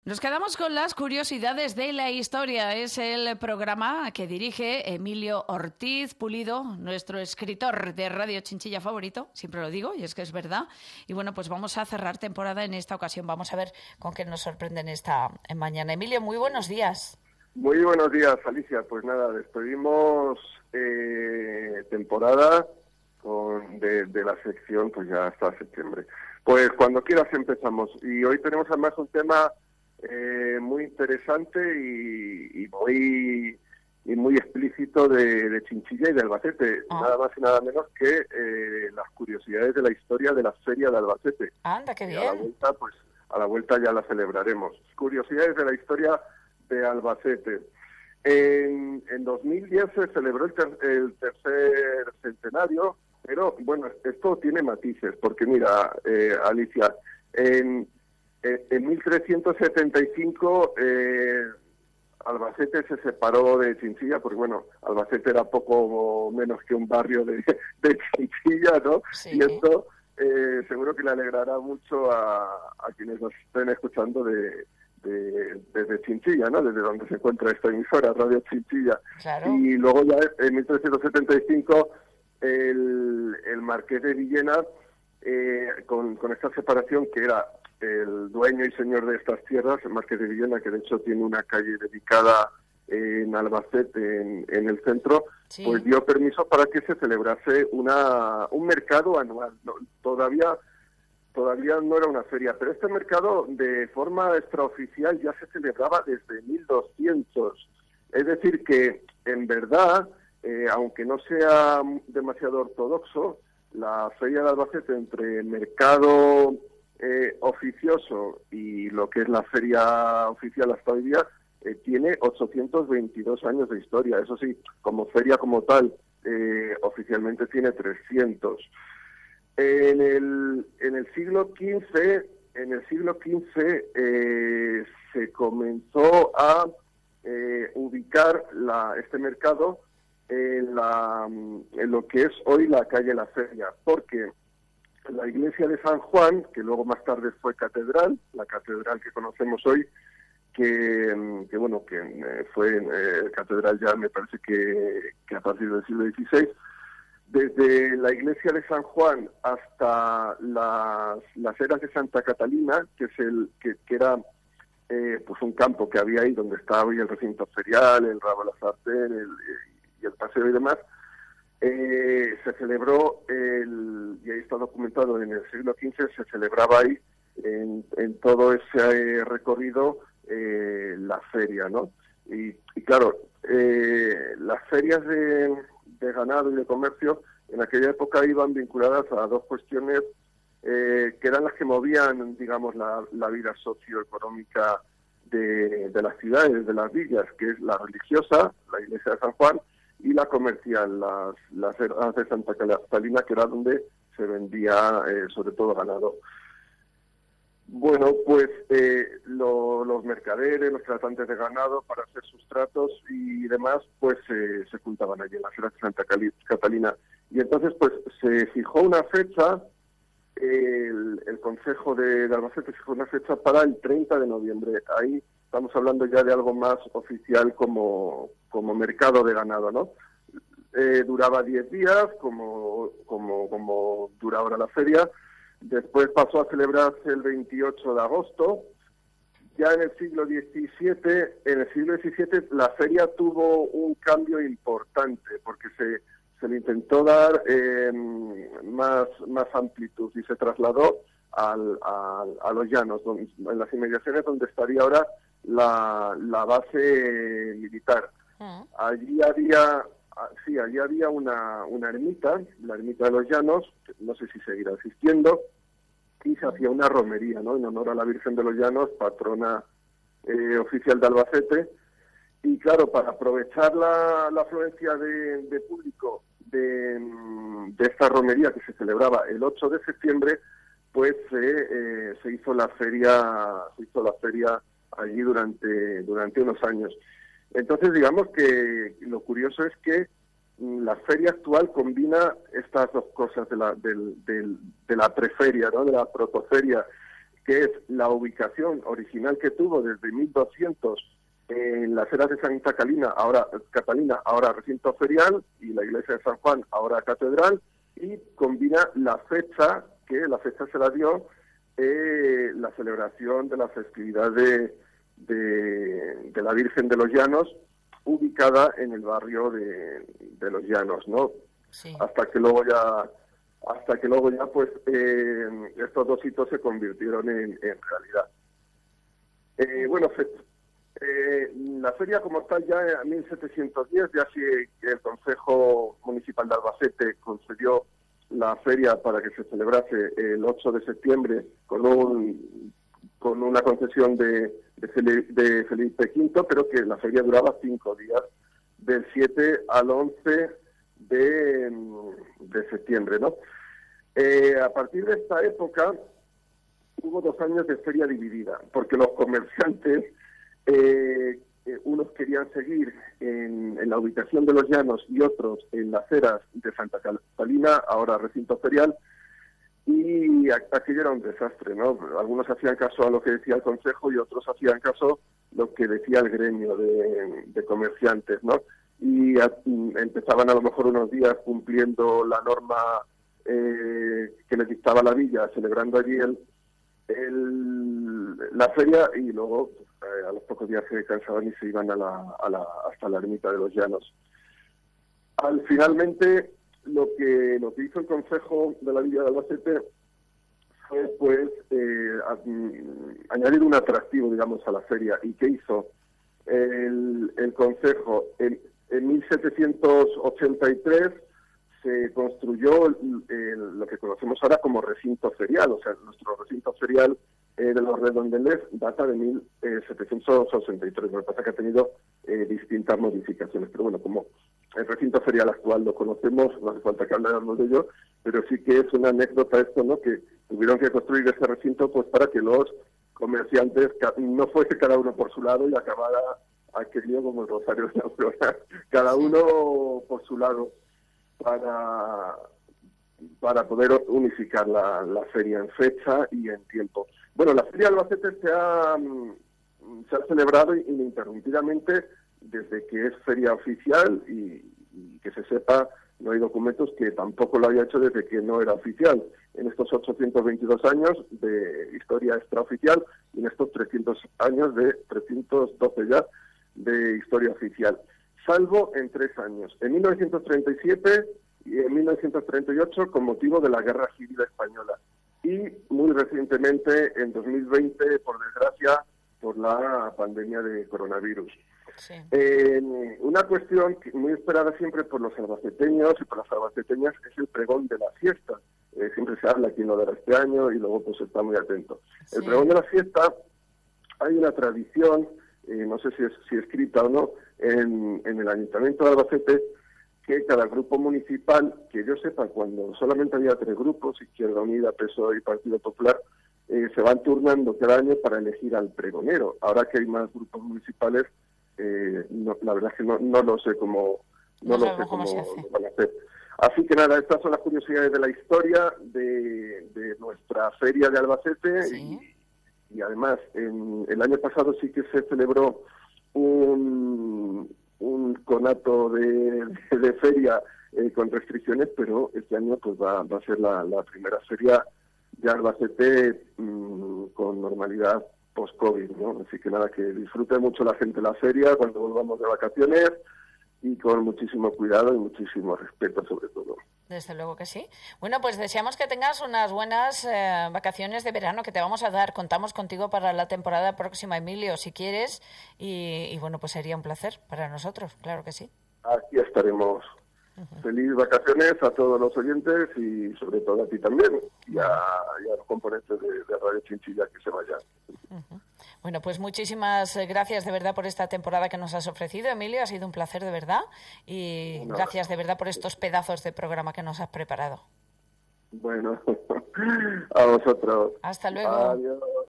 Nos quedamos con las curiosidades de la historia. Es el programa que dirige Emilio Ortiz Pulido, nuestro escritor de Radio Chinchilla favorito, siempre lo digo, y es que es verdad. Y bueno, pues vamos a cerrar temporada en esta ocasión. Vamos a ver con qué nos sorprenden esta mañana. Emilio, muy buenos días. Muy buenos días, Alicia. Pues nada, despedimos temporada de la sección pues ya hasta septiembre. Pues cuando quieras empezamos. Y hoy tenemos además un tema muy interesante y muy explícito de Chinchilla y de Albacete. Nada más y nada menos que las curiosidades de la historia de la Feria de Albacete. Anda, qué bien. A la vuelta ya la celebraremos. Curiosidades de la historia de Albacete. En 2010 se celebró el tercer centenario, pero bueno, esto tiene matices, porque mira, Alicia, en 1375 Albacete se separó de Chinchilla, porque bueno, Albacete era poco menos que un barrio de Chinchilla, ¿no? Sí. Y esto seguro que le alegrará mucho a quienes nos estén escuchando desde Chinchilla, ¿no? Desde donde se encuentra esta emisora, Radio Chinchilla. Claro. Y luego ya en 1375 el marqués de Villena, con esta separación, que era el dueño y señor de estas tierras, el marqués de Villena, que de hecho tiene una calle dedicada en Albacete, en el centro, Sí. pues dio permiso para que se celebrase un mercado anual. No, todavía no era una feria, pero este mercado de forma extraoficial ya se celebraba desde 1200. Es decir que, en verdad, aunque no sea demasiado ortodoxo, la Feria de Albacete, entre mercado oficioso y lo que es la feria oficial hasta hoy día, tiene 822 años de historia. Eso sí, como feria como tal, oficialmente tiene 300. En el siglo XV se comenzó a ubicar este mercado en lo que es hoy la calle La Feria, porque la iglesia de San Juan, que luego más tarde fue catedral, la catedral que conocemos hoy, que fue catedral ya me parece que a partir del siglo XVI, desde la iglesia de San Juan hasta las eras de Santa Catalina, que era pues un campo que había ahí donde estaba hoy el recinto ferial, el Rabo de la Sartén y el paseo y demás, se celebró, y ahí está documentado, en el siglo XV se celebraba ahí, en todo ese recorrido, la feria, ¿no? Y claro, las ferias de ganado y de comercio en aquella época iban vinculadas a dos cuestiones que eran las que movían, digamos, la vida socioeconómica de las ciudades, de las villas, que es la religiosa, la iglesia de San Juan, y la comercial, las eras de Santa Catalina, que era donde se vendía sobre todo ganado. Bueno, pues los mercaderes, los tratantes de ganado, para hacer sus tratos y demás, pues se juntaban allí en las eras de Santa Catalina. Y entonces, pues se fijó una fecha, el Concejo de Albacete fijó una fecha para el 30 de noviembre. Ahí estamos hablando ya de algo más oficial como mercado de ganado, ¿no? Duraba 10 días, como dura ahora la feria. Después pasó a celebrarse el 28 de agosto. Ya en el siglo XVII la feria tuvo un cambio importante, porque se le intentó dar más amplitud y se trasladó a los llanos, en las inmediaciones donde estaría ahora la base militar. Allí había una ermita, la ermita de los Llanos, no sé si seguirá existiendo, y se hacía una romería, ¿no?, en honor a la Virgen de los Llanos, patrona oficial de Albacete. Y claro, para aprovechar la afluencia de público de esta romería, que se celebraba el 8 de septiembre, pues se hizo la feria allí durante unos años. Entonces, digamos que lo curioso es que la feria actual combina estas dos cosas de la preferia, ¿no?, de la protoferia, que es la ubicación original que tuvo desde 1200 en las eras de Santa Catalina, ahora recinto ferial, y la iglesia de San Juan, ahora catedral, y combina la fecha se la dio la celebración de la festividad de la Virgen de los Llanos, ubicada en el barrio de los Llanos, ¿no? Sí. Hasta que luego ya pues estos dos hitos se convirtieron en realidad. La feria como tal ya en 1710, ya sí el Consejo Municipal de Albacete concedió la feria para que se celebrase el 8 de septiembre con una concesión de Felipe V, pero que la feria duraba 5 días, del 7 al 11 de septiembre, ¿no? A partir de esta época hubo 2 años de feria dividida, porque los comerciantes, unos querían seguir en la ubicación de los Llanos y otros en las eras de Santa Catalina, ahora recinto ferial, y aquello era un desastre, ¿no? Algunos hacían caso a lo que decía el Consejo y otros hacían caso a lo que decía el gremio de comerciantes, ¿no? Y empezaban a lo mejor unos días cumpliendo la norma que les dictaba la villa, celebrando allí la feria, y luego a los pocos días se cansaban y se iban hasta la ermita de los Llanos. Finalmente, lo que hizo el Consejo de la Villa de Albacete fue pues añadir un atractivo, digamos, a la feria. ¿Y qué hizo el Consejo? En 1783 se construyó lo que conocemos ahora como recinto ferial. O sea, nuestro recinto ferial de los Redondeles data de 1783. Lo que pasa es que ha tenido distintas modificaciones. Pero bueno, como el recinto ferial actual lo conocemos, no hace falta que hablemos de ello, pero sí que es una anécdota esto, ¿no? Que tuvieron que construir ese recinto pues para que los comerciantes no fuese cada uno por su lado y acabara aquello como el Rosario de la Aurora, cada uno por su lado, para poder unificar la feria en fecha y en tiempo. Bueno, la Feria de Albacete se ha celebrado ininterrumpidamente desde que es feria oficial, y que se sepa, no hay documentos que tampoco lo haya hecho desde que no era oficial. En estos 822 años de historia extraoficial y en estos 312 ya de historia oficial, salvo en 3 años, en 1937 y en 1938 con motivo de la Guerra Civil Española, y muy recientemente en 2020, por desgracia, por la pandemia de coronavirus. Sí. Una cuestión muy esperada siempre por los albaceteños y por las albaceteñas es el pregón de la fiesta. Siempre se habla quién lo dará este año y luego pues está muy atento. Sí. El pregón de la fiesta, hay una tradición, no sé si escrita o no, en el Ayuntamiento de Albacete, que cada grupo municipal, que yo sepa, cuando solamente había 3 grupos, Izquierda Unida, PSOE y Partido Popular, se van turnando cada año para elegir al pregonero. Ahora que hay más grupos municipales, la verdad es que no lo sé cómo lo van a hacer. Así que nada, estas son las curiosidades de la historia de nuestra feria de Albacete. Sí. Y además, el año pasado sí que se celebró un conato de feria con restricciones, pero este año pues va a ser la primera feria de Albacete con normalidad post-COVID, ¿no? Así que nada, que disfrute mucho la gente la feria cuando volvamos de vacaciones, y con muchísimo cuidado y muchísimo respeto sobre todo. Desde luego que sí. Bueno, pues deseamos que tengas unas buenas vacaciones de verano que te vamos a dar. Contamos contigo para la temporada próxima, Emilio, si quieres. Y bueno, pues sería un placer para nosotros, claro que sí. Aquí estaremos. Uh-huh. Feliz vacaciones a todos los oyentes y sobre todo a ti también, y a los componentes de Radio Chinchilla que se vayan. Uh-huh. Bueno, pues muchísimas gracias de verdad por esta temporada que nos has ofrecido, Emilio. Ha sido un placer de verdad, y gracias de verdad por estos pedazos de programa que nos has preparado. Bueno, a vosotros. Hasta luego. Adiós.